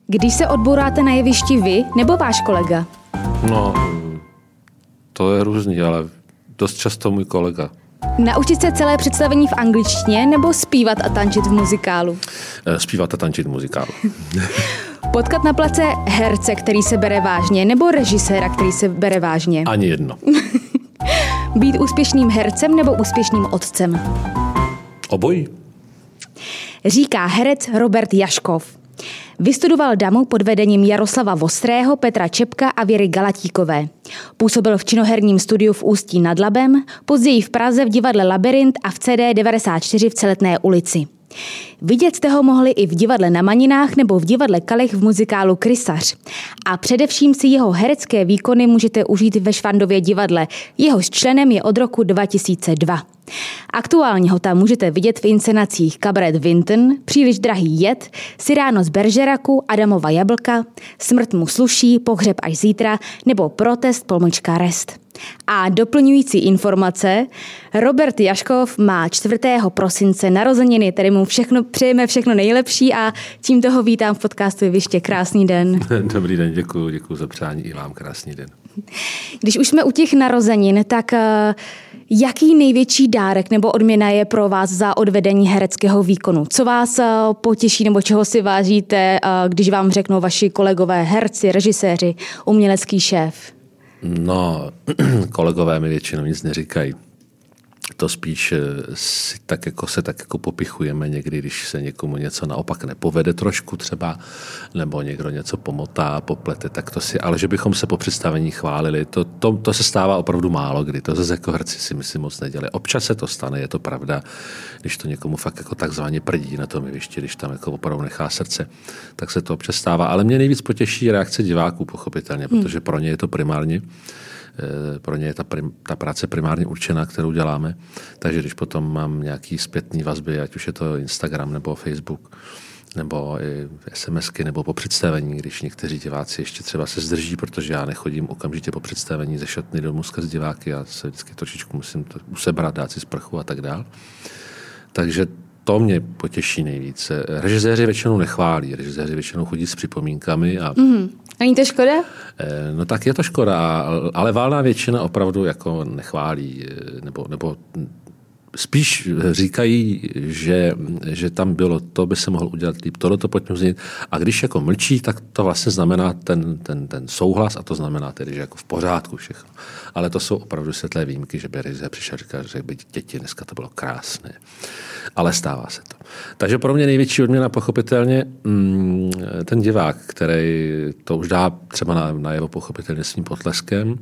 Když se odbouráte na jevišti vy nebo váš kolega? No, to je různý, ale dost často můj kolega. Naučit se celé představení v angličtině nebo zpívat a tančit v muzikálu? Zpívat a tančit v muzikálu. Potkat na place herce, který se bere vážně, nebo režiséra, který se bere vážně? Ani jedno. Být úspěšným hercem nebo úspěšným otcem? Obojí. Říká herec Robert Jaškov. Vystudoval DAMU pod vedením Jaroslava Vostrého, Petra Čepka a Věry Galatíkové. Působil v činoherním studiu v Ústí nad Labem, později v Praze v divadle Labyrint a v CD 94 v Celetné ulici. Vidět jste ho mohli i v divadle Na Maninách nebo v divadle Kalich v muzikálu Krysař. A především si jeho herecké výkony můžete užít ve Švandově divadle. Jehož členem je od roku 2002. Aktuálně ho tam můžete vidět v inscenacích Kabaret Vinton, Příliš drahý jed, Siráno z Beržeraku, Adamova jablka, Smrt mu sluší, Pohřeb až zítra nebo Protest _ rest. A doplňující informace, Robert Jaškov má 4. prosince narozeniny, tedy mu přejeme všechno nejlepší a tímto ho vítám v podcastu Jeviště. Krásný den. Dobrý den, děkuji za přání i vám krásný den. Když už jsme u těch narozenin, tak jaký největší dárek nebo odměna je pro vás za odvedení hereckého výkonu? Co vás potěší nebo čeho si vážíte, když vám řeknou vaši kolegové herci, režiséři, umělecký šéf? No, kolegové mi většinou nic neříkají. To spíš se tak jako popichujeme někdy, když se někomu něco naopak nepovede trošku třeba, nebo někdo něco pomotá, poplete, tak to si, ale že bychom se po představení chválili, to se stává opravdu málo kdy, to zase jako herci si myslím moc nedělají. Občas se to stane, je to pravda, když to někomu fakt jako takzvaně prdí na tom jevišti, když tam jako opravdu nechá srdce, tak se to občas stává, ale mě nejvíc potěší reakce diváků, pochopitelně, protože pro ně je to primárně. Pro ně je ta práce primárně určená, kterou děláme. Takže když potom mám nějaký zpětný vazby, ať už je to Instagram nebo Facebook, nebo i SMSky, nebo po představení, když někteří diváci ještě třeba se zdrží, protože já nechodím okamžitě po představení ze šatny domů skrz diváky, já se vždycky trošičku musím usebrat, dát si sprchu a tak dál. Takže to mě potěší nejvíc. Režiséři většinou nechválí, režiséři většinou chodí s připomínkami a Není to škoda? No tak je to škoda, ale valná většina opravdu jako nechválí, nebo spíš říkají, že tam bylo, to by se mohl udělat líp, tohleto pojďme změnit. A když jako mlčí, tak to vlastně znamená ten souhlas a to znamená tedy, že jako v pořádku všechno. Ale to jsou opravdu světlé výjimky, že by režisér přišel a říkal, že by děti, dneska to bylo krásné. Ale stává se to. Takže pro mě největší odměna pochopitelně ten divák, který to už dá třeba najevo pochopitelně svým potleskem,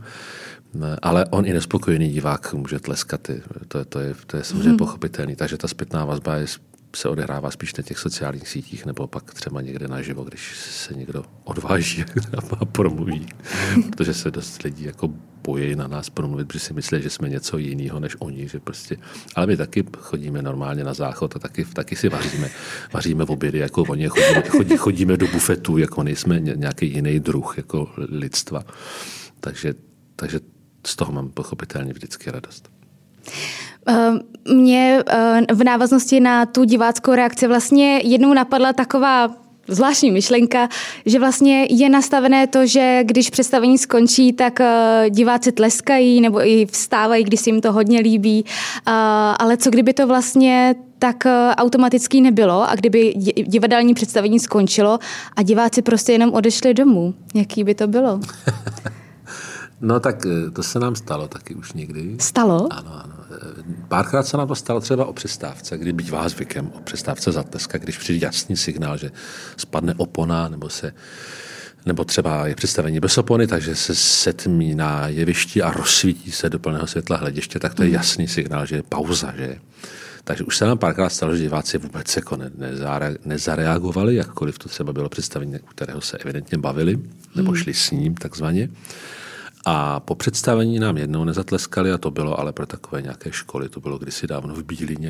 ale on i nespokojený divák může tleskat. To je samozřejmě pochopitelný. Takže ta zpětná vazba se odehrává spíš na těch sociálních sítích nebo pak třeba někde naživo, když se někdo odváží a promluví. Protože se dost lidí jako bojí na nás promluvit, protože si myslí, že jsme něco jiného než oni. Že prostě. Ale my taky chodíme normálně na záchod a taky si vaříme v obědy jako oni. Chodíme do bufetu, jako nejsme nějaký jiný druh jako lidstva. Takže z toho mám pochopitelně vždycky radost. Mě v návaznosti na tu diváckou reakci vlastně jednou napadla taková zvláštní myšlenka, že vlastně je nastavené to, že když představení skončí, tak diváci tleskají nebo i vstávají, když se jim to hodně líbí, ale co kdyby to vlastně tak automaticky nebylo a kdyby divadelní představení skončilo a diváci prostě jenom odešli domů. Jaký by to bylo? No tak to se nám stalo taky už někdy. Stalo? Ano. Párkrát se nám to stalo třeba o přestávce, kdy být vás zvykem o přestávce zatleska, když přijde jasný signál, že spadne opona, nebo třeba je představení bez opony, takže se setmí na jevišti a rozsvítí se do plného světla hlediště, tak to je jasný signál, že je pauza, že. Takže už se nám párkrát stalo, že diváci vůbec jako nezareagovali, jakkoliv to třeba bylo představení, u kterého se evidentně bavili, nebo šli s ním takzvaně. A po představení nám jednou nezatleskali a to bylo ale pro takové nějaké školy, to bylo kdysi dávno v Bílině,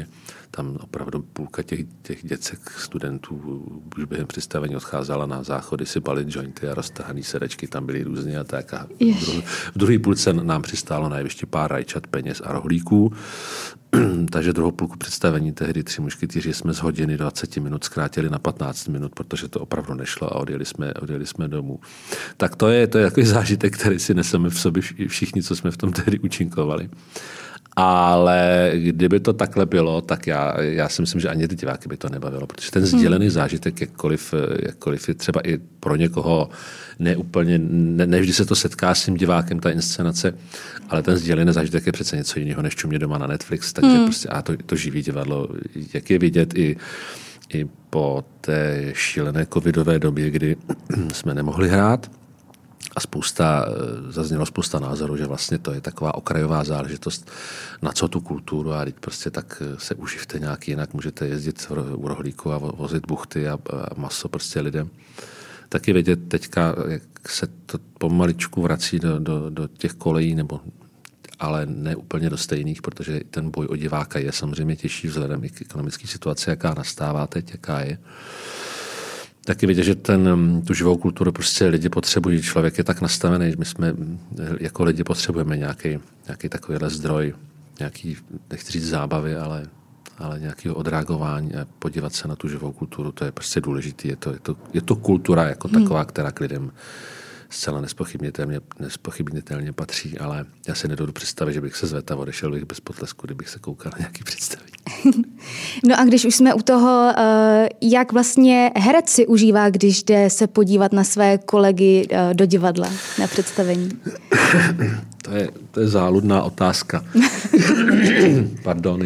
tam opravdu půlka těch děcek, studentů už během představení odcházela na záchody si balit jointy a roztahaný sedečky tam byly různě a tak. A v druhé půlce nám přistálo na jevišti pár rajčat, peněz a rohlíků. Takže druhou půlku představení tehdy 3 mušketýři jsme z hodiny 20 minut zkrátili na 15 minut, protože to opravdu nešlo a odjeli jsme domů. Tak to je takový zážitek, který si neseme v sobě všichni, co jsme v tom tehdy účinkovali. Ale kdyby to takhle bylo, tak já si myslím, že ani ty diváky by to nebavilo, protože ten sdílený zážitek, jakkoliv je třeba i pro někoho neúplně, ne vždy se to setká s tím divákem, ta inscenace, ale ten sdílený zážitek je přece něco jiného, než čumě doma na Netflix, takže prostě a to živý divadlo, jak je vidět i po té šílené covidové době, kdy jsme nemohli hrát, a zaznělo spousta názorů, že vlastně to je taková okrajová záležitost, na co tu kulturu a teď prostě tak se uživte nějak jinak, můžete jezdit u rohlíku a vozit buchty a maso prostě lidem. Taky vědět teďka, jak se to pomaličku vrací do těch kolejí, ale ne úplně do stejných, protože ten boj o diváka je samozřejmě těžší vzhledem i k ekonomické situaci, jaká nastává teď, jaká je. Taky vidět, že tu živou kulturu prostě lidi potřebují. Člověk je tak nastavený, že my jsme jako lidi potřebujeme nějaký takovýhle zdroj, nějaký, nechci říct zábavy, ale nějakého odreagování a podívat se na tu živou kulturu, to je prostě důležitý. Je to kultura jako taková, která k lidem zcela nespochybnitelně patří, ale já si nedovedu představit, že bych se zvedl a odešel bych bez potlesku, kdybych se koukal na nějaký představení. No a když už jsme u toho, jak vlastně herec si užívá, když jde se podívat na své kolegy do divadla na představení? To je záludná otázka. Pardon,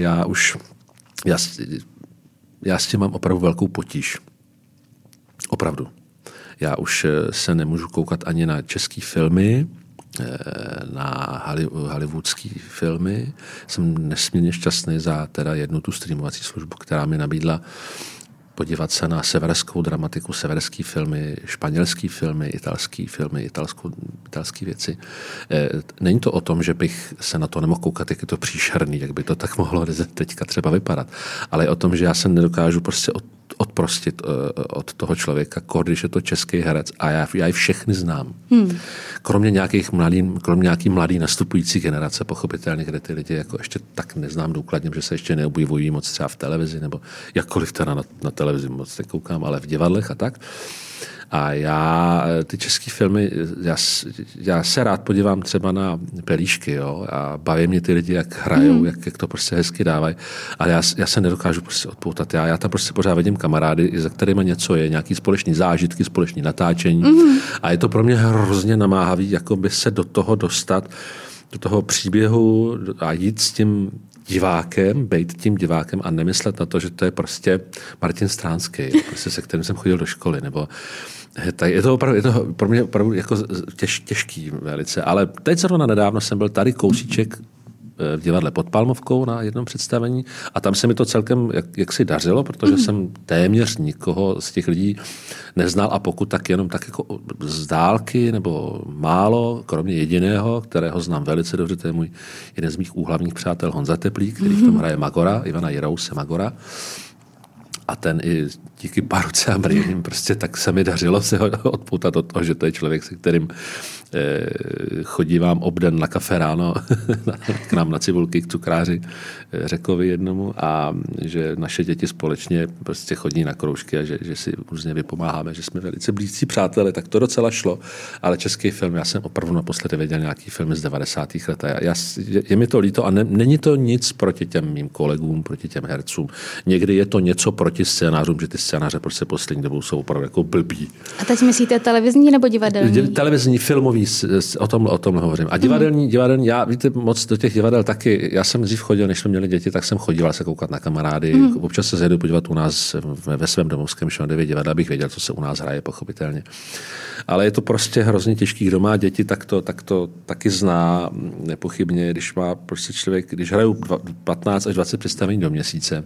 já s tím mám opravdu velkou potíž. Opravdu. Já už se nemůžu koukat ani na české filmy, na hollywoodské filmy. Jsem nesmírně šťastný za teda jednu tu streamovací službu, která mi nabídla podívat se na severskou dramatiku, severské filmy, španělské filmy, italské filmy, italské věci. Není to o tom, že bych se na to nemohl koukat, jak je to příšerný, jak by to tak mohlo teďka třeba vypadat, ale je o tom, že já se nedokážu prostě odprostit od toho člověka, když je to český herec a já je všechny znám. Kromě nějaký mladý nastupující generace, pochopitelně, kde ty lidi jako ještě tak neznám důkladně, že se ještě neobjevují moc třeba v televizi, nebo jakkoliv teda na televizi moc nekoukám, ale v divadlech a tak. A já ty české filmy, já se rád podívám třeba na Pelíšky, jo, a baví mě ty lidi, jak hrajou, jak to prostě hezky dávají, ale já se nedokážu prostě odpoutat. Já tam prostě pořád vidím kamarády, za kterými něco je, nějaký společný zážitky, společný natáčení a je to pro mě hrozně namáhavý, jakoby se do toho dostat, do toho příběhu a jít s tím divákem, bejt tím divákem a nemyslet na to, že to je prostě Martin Stránský, prostě se kterým jsem chodil do školy, nebo je to pro mě opravdu jako těžký velice, ale teď zrovna nedávno jsem byl tady kousíček v divadle pod Palmovkou na jednom představení a tam se mi to celkem jaksi dařilo, protože jsem téměř nikoho z těch lidí neznal a pokud tak jenom tak jako z dálky nebo málo, kromě jediného, kterého znám velice dobře, to je můj jeden z mých úhlavních přátel Honza Teplík, který v tom hraje Magora, Ivana Jirouse Magora. A ten i díky Baruce a Brýním prostě tak se mi dařilo se ho odpoutat od toho, že to je člověk, se kterým chodívám obden na kafe ráno k nám na Cibulky, k cukráři Řekovi jednomu a že naše děti společně prostě chodí na kroužky a že si různě vypomáháme, že jsme velice blízcí přátelé, tak to docela šlo. Ale český film, já jsem opravdu naposledy viděl nějaký film z 90. let. Je mi to líto a není to nic proti těm mým kolegům, proti těm hercům. Někdy je to něco proti scénářům, že ty scénáře prostě poslední dobou jsou opravdu jako blbý. A teď myslíte televizní nebo divadelní? Televizní, filmový, o tom hovořím. A divadelní, já víte, moc do těch divadel taky, já jsem dřív chodil, než jsme měli děti, tak jsem chodil se koukat na kamarády. Občas se zjedu podívat u nás ve svém domovském Šumavě divadle, abych věděl, co se u nás hraje, pochopitelně. Ale je to prostě hrozně těžký, kdo má děti, tak to taky zná nepochybně, když má prostě člověk, když hraju 15 až 20 představení do měsíce.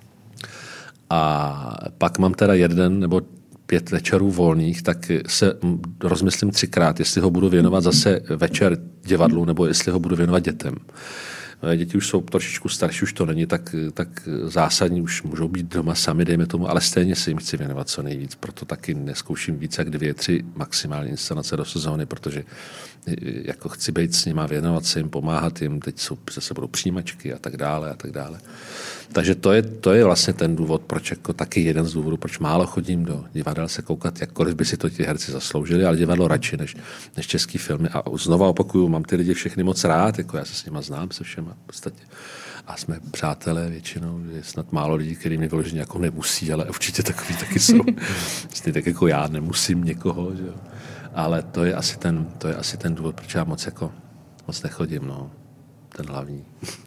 A pak mám teda 1 nebo 5 večerů volných, tak se rozmyslím 3krát, jestli ho budu věnovat zase večer divadlu, nebo jestli ho budu věnovat dětem. Děti už jsou trošičku starší, už to není tak zásadní, už můžou být doma sami, dejme tomu, ale stejně se jim chci věnovat co nejvíc, proto taky neskouším víc jak 2, 3 maximální inscenace do sezóny, protože jako chci být s nima, věnovat se jim, pomáhat jim, teď zase budou přijímačky a tak dále a tak dále. Takže to je vlastně ten důvod, proč jako taky jeden z důvodů, proč málo chodím do divadel se koukat, jakkoliv by si to ti herci zasloužili, ale divadlo radši než český filmy. A znova opakuju, mám ty lidi všechny moc rád, jako já se s nima znám se všema v podstatě. A jsme přátelé většinou, že je snad málo lidí, který mi vyloženě jako nemusí, ale určitě takový taky jsou. Tak jako já nemusím někoho, že jo. Ale to je asi ten důvod, proč já moc nechodím, no. Ten hlavní.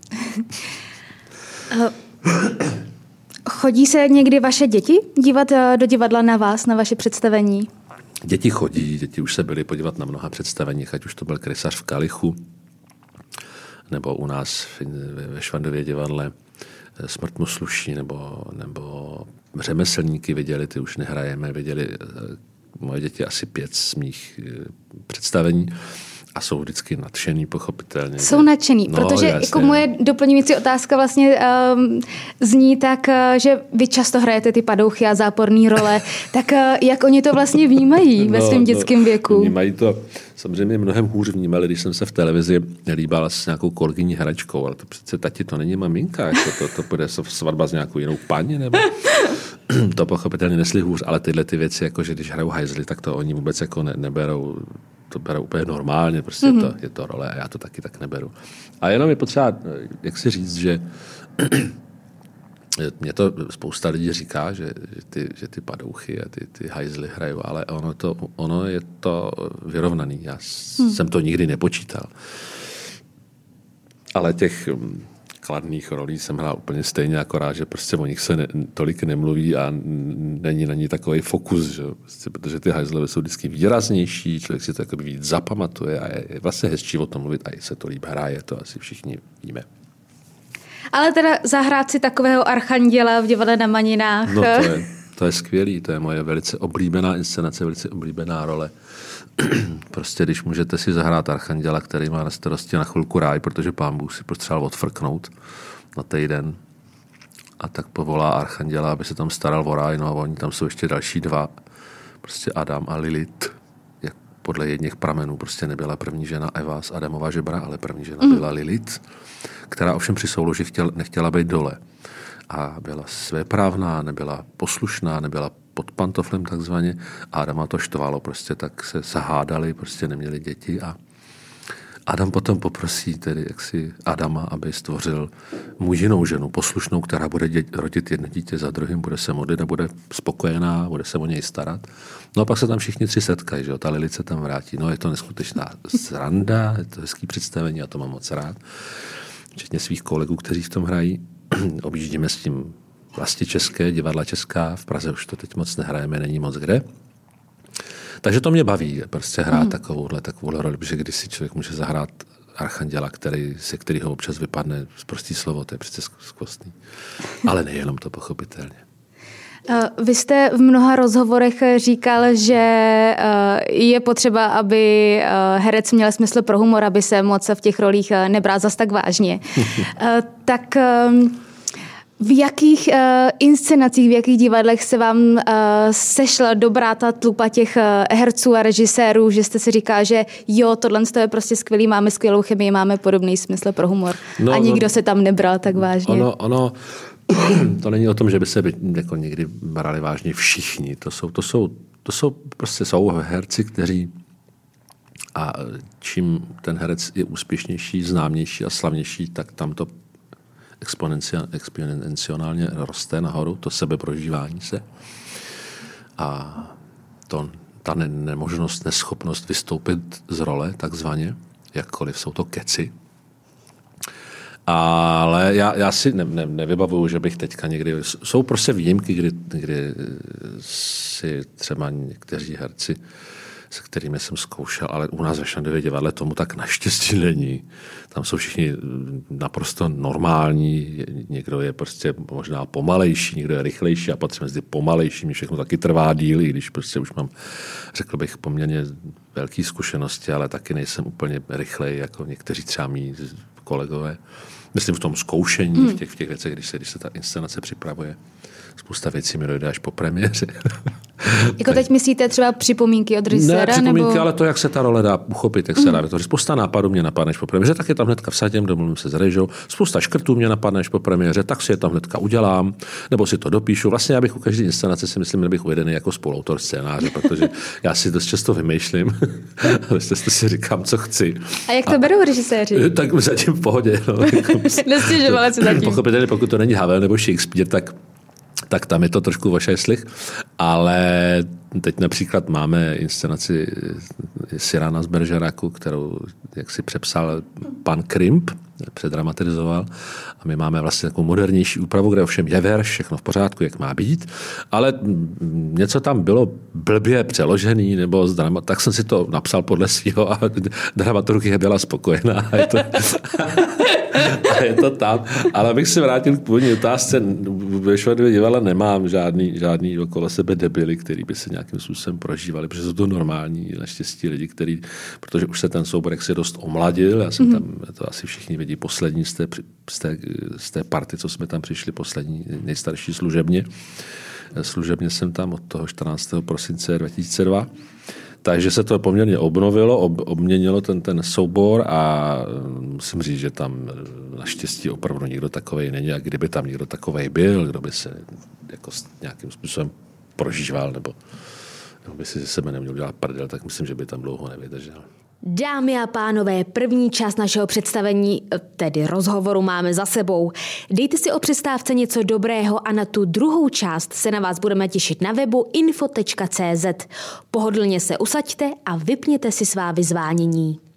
Chodí se někdy vaše děti dívat do divadla na vás, na vaše představení? Děti chodí, děti už se byly podívat na mnoha představeních, ať už to byl Krysař v Kalichu, nebo u nás ve Švandově divadle Smrt mu sluší, nebo Řemeslníky viděli, ty už nehrajeme, viděli moje děti asi 5 z mých představení. A jsou vždycky nadšený, pochopitelně. Jsou nadšený, protože jako moje doplňující otázka vlastně zní tak, že vy často hrajete ty padouchy a záporné role, tak jak oni to vlastně vnímají ve svém dětském věku? Vnímají to samozřejmě mnohem hůř vnímali, když jsem se v televizi líbala s nějakou kolegyní hračkou, ale to přece tati, to není maminka, jako to bude svatba s nějakou jinou paní, nebo to pochopitelně nesli hůř, ale tyhle ty věci, jako že když hrajou hajzly, tak to oni vůbec jako neberou, to berou úplně normálně, prostě je to role a já to taky tak neberu. A jenom je potřeba, jak si říct, že mě to spousta lidí říká, že ty padouchy a ty hajzly hrajou, ale ono je to vyrovnaný. Já jsem to nikdy nepočítal. Ale těch kladných rolí jsem hrál úplně stejně, akorát, že prostě o nich se tolik nemluví a není na ní takový fokus, že? Prostě, protože ty hajzlové jsou vždycky výraznější, člověk si to jako víc zapamatuje a je vlastně hezčí o tom mluvit a i se to líp hraje, to asi všichni víme. Ale teda zahrát si takového archanděla v divadle na Maninách. No to je skvělý, to je moje velice oblíbená inscenace, velice oblíbená role. Prostě když můžete si zahrát archanděla, který má na starosti na chvilku ráj, protože pán Bůh si potřeboval odfrknout na týden a tak povolá archanděla, aby se tam staral o ráj, no a oni tam jsou ještě další 2, prostě Adam a Lilith. Jak podle jedněch pramenů prostě nebyla první žena Eva z Adamova žebra, ale první žena byla Lilith, která ovšem při souloži nechtěla být dole. A byla svéprávná, nebyla poslušná, nebyla pod pantoflem takzvaně. A Adama to štvalo, prostě tak se zahádali, prostě neměli děti a Adam potom poprosí tedy jaksi Adama, aby stvořil mu jinou ženu, poslušnou, která bude rodit jedno dítě za druhým, bude se modlit a bude spokojená, bude se o něj starat. No a pak se tam všichni 3 setkají, že jo, ta Lilith se tam vrátí. No je to neskutečná sranda, je to hezký představení, já to mám moc rád. Včetně svých kolegů, kteří v tom hrají. Objíždíme s tím vlastně české, divadla česká, v Praze už to teď moc nehrajeme, není moc kde. Takže to mě baví, prostě hrát takovouhle roli, protože když si člověk může zahrát archanděla, se kterého občas vypadne prostý slovo, to je přece skvostný. Ale nejenom to, pochopitelně. Vy jste v mnoha rozhovorech říkal, že je potřeba, aby herec měl smysl pro humor, aby se moc v těch rolích nebral zas tak vážně. Tak v jakých inscenacích, v jakých divadlech se vám sešla dobrá ta tlupa těch herců a režisérů, že jste si říkal, že jo, tohle je prostě skvělý, máme skvělou chemii, máme podobný smysl pro humor. A nikdo se tam nebral tak vážně. To není o tom, že by se jako někdy brali vážně všichni. To jsou prostě herci, kteří a čím ten herec je úspěšnější, známější a slavnější, tak tam to exponenciálně roste nahoru, to sebeprožívání se. A ta nemožnost, neschopnost vystoupit z role, takzvaně, jakkoliv jsou to keci. Ale já si nevybavuju, že bych teďka někdy... Jsou prostě výjimky, kdy si třeba někteří herci, se kterými jsem zkoušel, ale u nás ve Švandově divadle tomu tak naštěstí není. Tam jsou všichni naprosto normální, někdo je prostě možná pomalejší, někdo je rychlejší a patří mezi pomalejší, mi všechno taky trvá díl, i když prostě už mám, řekl bych, poměrně velké zkušenosti, ale taky nejsem úplně rychlej, jako někteří třeba mý kolegové. Myslím v tom zkoušení, v těch věcech, když se ta inscenace připravuje. Spousta věcí mi dojde až po premiéře. Jako teď myslíte třeba připomínky od režiséra? Ne připomínky, nebo... ale to, jak se ta role dá uchopit, jak se dá vytvořit. Spousta nápadů mě napadne po premiéře, tak je tam hnedka vsadím, domluvím se s režou. Spousta škrtů mě napadne po premiéře, tak si je tam hnedka udělám, nebo si to dopíšu. Vlastně já bych u každé inscenace si myslím, že bych uvedený jako spoluautor scénáře, protože já si dost často vymýšlím, ale si říkám, co chci. A jak to berou režiséři? Tak zatím v pohodě. No. Nestěžovali se zatím. Pochopitelně, pokud to není Havel nebo Shakespeare, tak tam je to trošku ošajslich, ale teď například máme inscenaci Cyrana z Bergeracu, kterou jak si přepsal pan Krimp, předramatizoval a my máme vlastně takovou modernější úpravu, kde ovšem je verš, všechno v pořádku, jak má být, ale něco tam bylo blbě přeložený, nebo tak jsem si to napsal podle svého a dramaturgie byla spokojená. A je to tam. Ale abych se vrátil k původní otázce, ve Švadově divadle nemám žádný okolo sebe debily, který by se nějakým způsobem prožívali, protože jsou to normální naštěstí lidi, protože už se ten soubor si dost omladil, já jsem tam, to asi všichni vidí, poslední z té party, co jsme tam přišli, poslední, nejstarší služebně. Služebně jsem tam od toho 14. prosince 2002. Takže se to poměrně obnovilo, obměnilo ten soubor a musím říct, že tam naštěstí opravdu nikdo takovej není a kdyby tam někdo takovej byl, kdo by se jako nějakým způsobem prožíval nebo by si ze sebe neměl dělat prdel, tak myslím, že by tam dlouho nevydržel. Dámy a pánové, první část našeho představení, tedy rozhovoru, máme za sebou. Dejte si o přestávce něco dobrého a na tu druhou část se na vás budeme těšit na webu info.cz. Pohodlně se usaďte a vypněte si svá vyzvánění.